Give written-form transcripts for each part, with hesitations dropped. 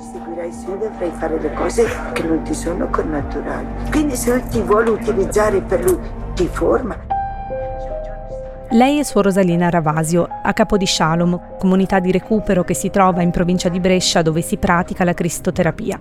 seguirai su dovrai fare le cose che non ti sono connaturali. Quindi se ti vuole utilizzare per lui, ti forma. Lei è Suor Rosalina Ravasio, a capo di Shalom, comunità di recupero che si trova in provincia di Brescia dove si pratica la cristoterapia.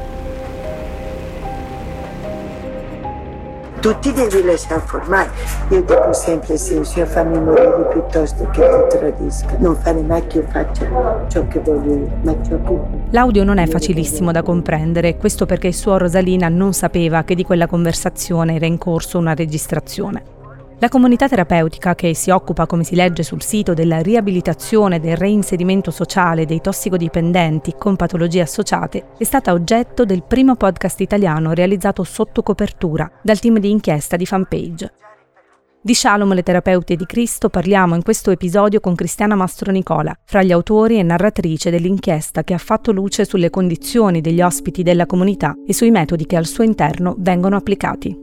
Tu ti devi lasciare formare. Io dico sempre sì, fammi morire piuttosto che ti tradisca. Non fare mai che io faccia ciò che voglio io, ma ciò che... L'audio non è facilissimo da comprendere, questo perché Suor Rosalina non sapeva che di quella conversazione era in corso una registrazione. La comunità terapeutica, che si occupa, come si legge sul sito, della riabilitazione e del reinserimento sociale dei tossicodipendenti con patologie associate, è stata oggetto del primo podcast italiano realizzato sotto copertura dal team di inchiesta di Fanpage. Di Shalom, le terapeute di Cristo, parliamo in questo episodio con Cristiana Mastronicola, fra gli autori e narratrice dell'inchiesta che ha fatto luce sulle condizioni degli ospiti della comunità e sui metodi che al suo interno vengono applicati.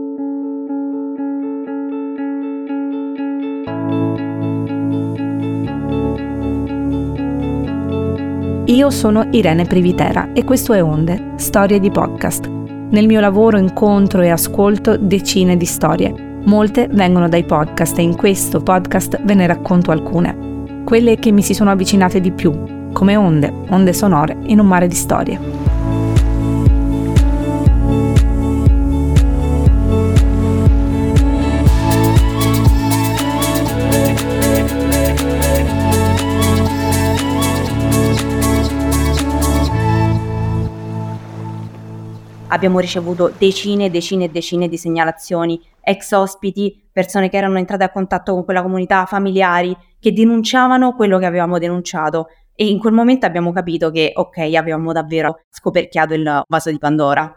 Io sono Irene Privitera e questo è Onde, storie di podcast. Nel mio lavoro incontro e ascolto decine di storie. Molte vengono dai podcast e in questo podcast ve ne racconto alcune. Quelle che mi si sono avvicinate di più, come onde sonore in un mare di storie. Abbiamo ricevuto decine di segnalazioni, ex ospiti, persone che erano entrate a contatto con quella comunità, familiari che denunciavano quello che avevamo denunciato e in quel momento abbiamo capito che avevamo davvero scoperchiato il vaso di Pandora.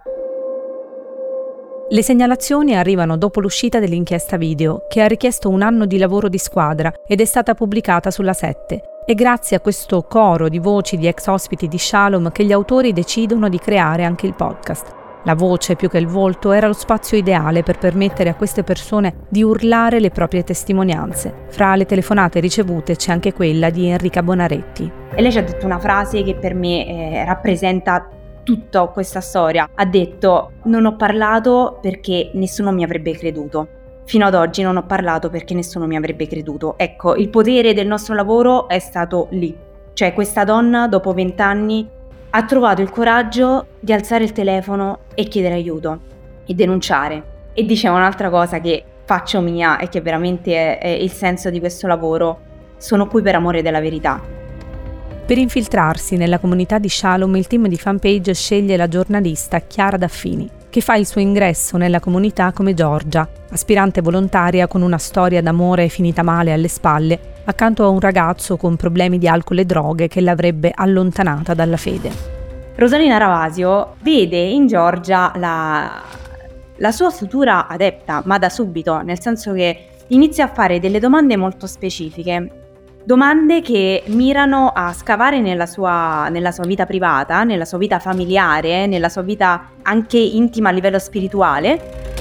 Le segnalazioni arrivano dopo l'uscita dell'inchiesta video, che ha richiesto un anno di lavoro di squadra ed è stata pubblicata sulla 7. È grazie a questo coro di voci di ex ospiti di Shalom che gli autori decidono di creare anche il podcast. La voce, più che il volto, era lo spazio ideale per permettere a queste persone di urlare le proprie testimonianze. Fra le telefonate ricevute c'è anche quella di Enrica Bonaretti. E lei ci ha detto una frase che per me rappresenta tutta questa storia. Ha detto: non ho parlato perché nessuno mi avrebbe creduto. Fino ad oggi non ho parlato perché nessuno mi avrebbe creduto. Ecco, il potere del nostro lavoro è stato lì. Cioè, questa donna, dopo 20 anni, ha trovato il coraggio di alzare il telefono e chiedere aiuto e denunciare. E diceva un'altra cosa che faccio mia e che veramente è il senso di questo lavoro: sono qui per amore della verità. Per infiltrarsi nella comunità di Shalom, il team di Fanpage sceglie la giornalista Chiara Daffini, che fa il suo ingresso nella comunità come Giorgia, aspirante volontaria con una storia d'amore finita male alle spalle, accanto a un ragazzo con problemi di alcol e droghe che l'avrebbe allontanata dalla fede. Rosalina Ravasio vede in Giorgia la sua futura adepta, ma da subito, nel senso che inizia a fare delle domande molto specifiche. Domande che mirano a scavare nella sua vita privata, nella sua vita familiare, nella sua vita anche intima a livello spirituale.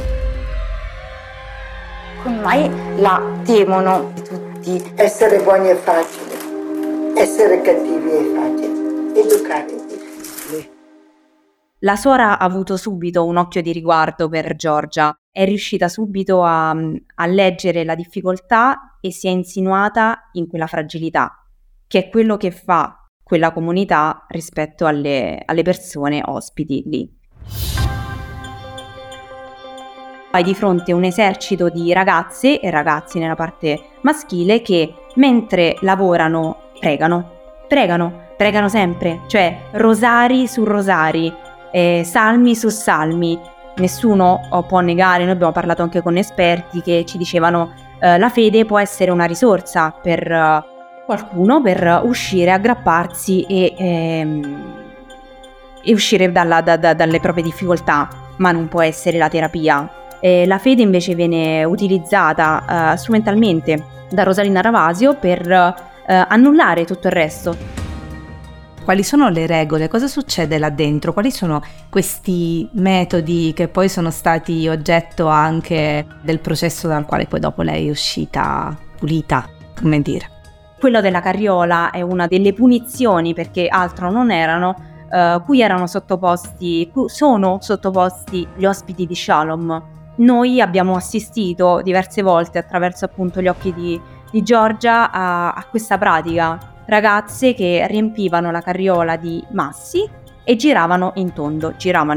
Come mai la temono tutti? Essere buoni è facile, essere cattivi è facile, educare è difficile. La suora ha avuto subito un occhio di riguardo per Giorgia, è riuscita subito a leggere la difficoltà e si è insinuata in quella fragilità, che è quello che fa quella comunità rispetto alle persone ospiti lì. Hai di fronte un esercito di ragazze e ragazzi nella parte maschile che mentre lavorano pregano sempre, cioè rosari su rosari, salmi su salmi. Nessuno può negare, noi abbiamo parlato anche con esperti che ci dicevano la fede può essere una risorsa per qualcuno per uscire, aggrapparsi e uscire dalle proprie difficoltà, ma non può essere la terapia. La fede invece viene utilizzata strumentalmente da Rosalina Ravasio per annullare tutto il resto. Quali sono le regole? Cosa succede là dentro? Quali sono questi metodi che poi sono stati oggetto anche del processo dal quale poi dopo lei è uscita pulita, come dire? Quello della carriola è una delle punizioni, perché altro non erano, cui sono sottoposti gli ospiti di Shalom. Noi abbiamo assistito diverse volte attraverso appunto gli occhi di Giorgia a questa pratica, ragazze che riempivano la carriola di massi e giravano in tondo.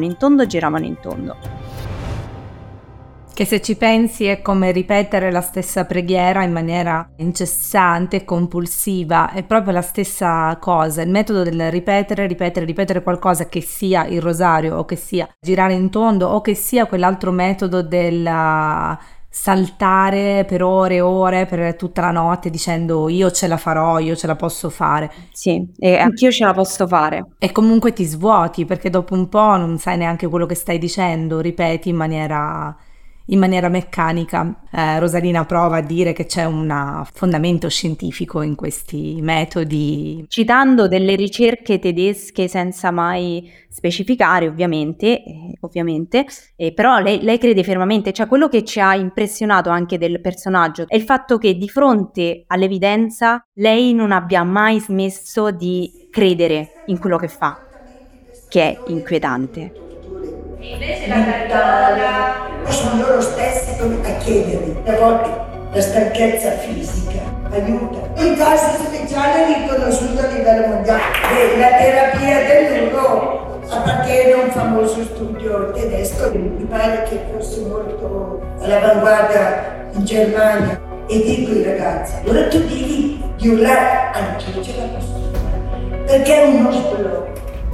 Che se ci pensi è come ripetere la stessa preghiera in maniera incessante e compulsiva, è proprio la stessa cosa, il metodo del ripetere qualcosa, che sia il rosario o che sia girare in tondo o che sia quell'altro metodo del saltare per ore e ore per tutta la notte dicendo io ce la farò, io ce la posso fare. Sì, e anch'io ce la posso fare. E comunque ti svuoti perché dopo un po' non sai neanche quello che stai dicendo, ripeti in maniera meccanica. Rosalina prova a dire che c'è un fondamento scientifico in questi metodi, citando delle ricerche tedesche senza mai specificare ovviamente, però lei crede fermamente, cioè quello che ci ha impressionato anche del personaggio è il fatto che di fronte all'evidenza lei non abbia mai smesso di credere in quello che fa, che è inquietante. E invece la carriola sono loro stessi a chiederli, a volte la stanchezza fisica aiuta. Un caso speciale riconosciuto a livello mondiale è la terapia dell'uno, appartiene a un famoso studio tedesco, mi pare che fosse molto all'avanguardia in Germania, e dico ai ragazzi, allora tu devi urlare, anch'io ce la posso fare, perché è un muscolo.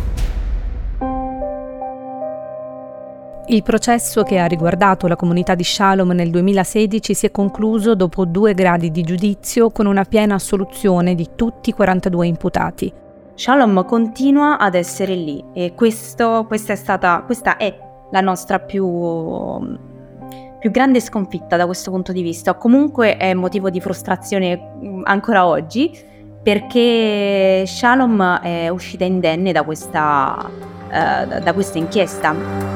Il processo che ha riguardato la comunità di Shalom nel 2016 si è concluso dopo 2 gradi di giudizio con una piena assoluzione di tutti i 42 imputati. Shalom continua ad essere lì e questa è la nostra più grande sconfitta da questo punto di vista. Comunque è motivo di frustrazione ancora oggi, perché Shalom è uscita indenne da questa inchiesta.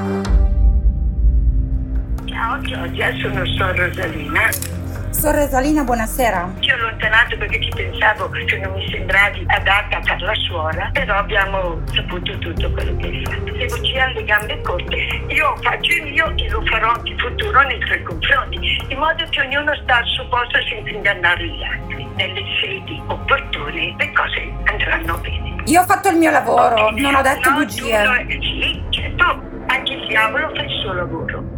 Ciao Giorgia, sono Sor Rosalina. Sor Rosalina, buonasera. Ti ho allontanato perché ti pensavo che non mi sembravi adatta per la suora, però abbiamo saputo tutto quello che hai fatto. Se ci hanno le gambe corte, io faccio il mio e lo farò in futuro nei tuoi confronti, in modo che ognuno sta al suo posto senza ingannare gli altri. Nelle sedi opportune le cose andranno bene. Io ho fatto il mio lavoro, non ho detto bugie. Sì, certo, anche il diavolo fa il suo lavoro.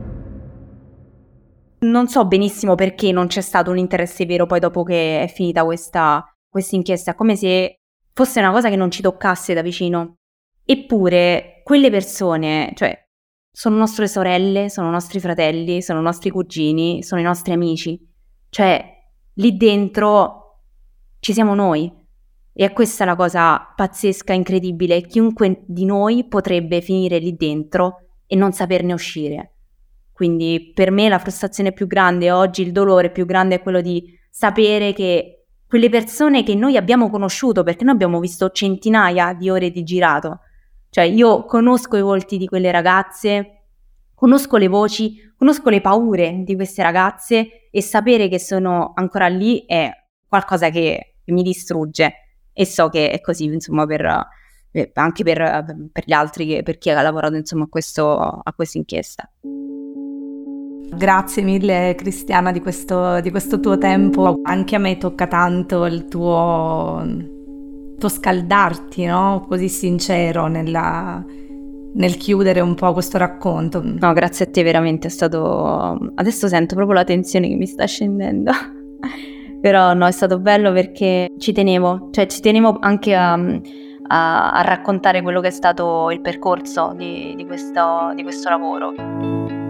Non so benissimo perché non c'è stato un interesse vero poi dopo che è finita questa inchiesta, come se fosse una cosa che non ci toccasse da vicino. Eppure quelle persone, cioè, sono nostre sorelle, sono nostri fratelli, sono nostri cugini, sono i nostri amici. Cioè, lì dentro ci siamo noi. E è questa la cosa pazzesca, incredibile. Chiunque di noi potrebbe finire lì dentro e non saperne uscire. Quindi per me la frustrazione più grande oggi, il dolore più grande è quello di sapere che quelle persone che noi abbiamo conosciuto, perché noi abbiamo visto centinaia di ore di girato, cioè io conosco i volti di quelle ragazze, conosco le voci, conosco le paure di queste ragazze, e sapere che sono ancora lì è qualcosa che mi distrugge, e so che è così, insomma, anche per gli altri, per chi ha lavorato, insomma, a questa inchiesta. Grazie mille Cristiana di questo tuo tempo. Anche a me tocca tanto il tuo scaldarti, no? Così sincero nel chiudere un po' questo racconto. No, grazie a te, veramente è stato... Adesso sento proprio la tensione che mi sta scendendo. Però no, è stato bello perché ci tenevo anche a raccontare quello che è stato il percorso di questo lavoro.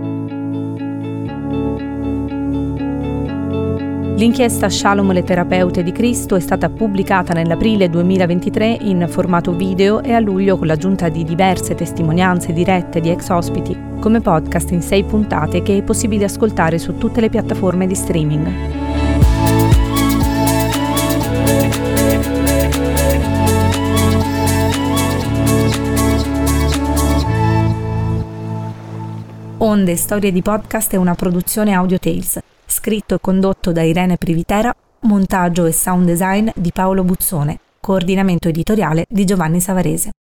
L'inchiesta Shalom le terapeute di Cristo è stata pubblicata nell'aprile 2023 in formato video e a luglio, con l'aggiunta di diverse testimonianze dirette di ex ospiti, come podcast in 6 puntate che è possibile ascoltare su tutte le piattaforme di streaming. Onde Storie di Podcast è una produzione Audio Tales. Scritto e condotto da Irene Privitera, montaggio e sound design di Paolo Buzzone, coordinamento editoriale di Giovanni Savarese.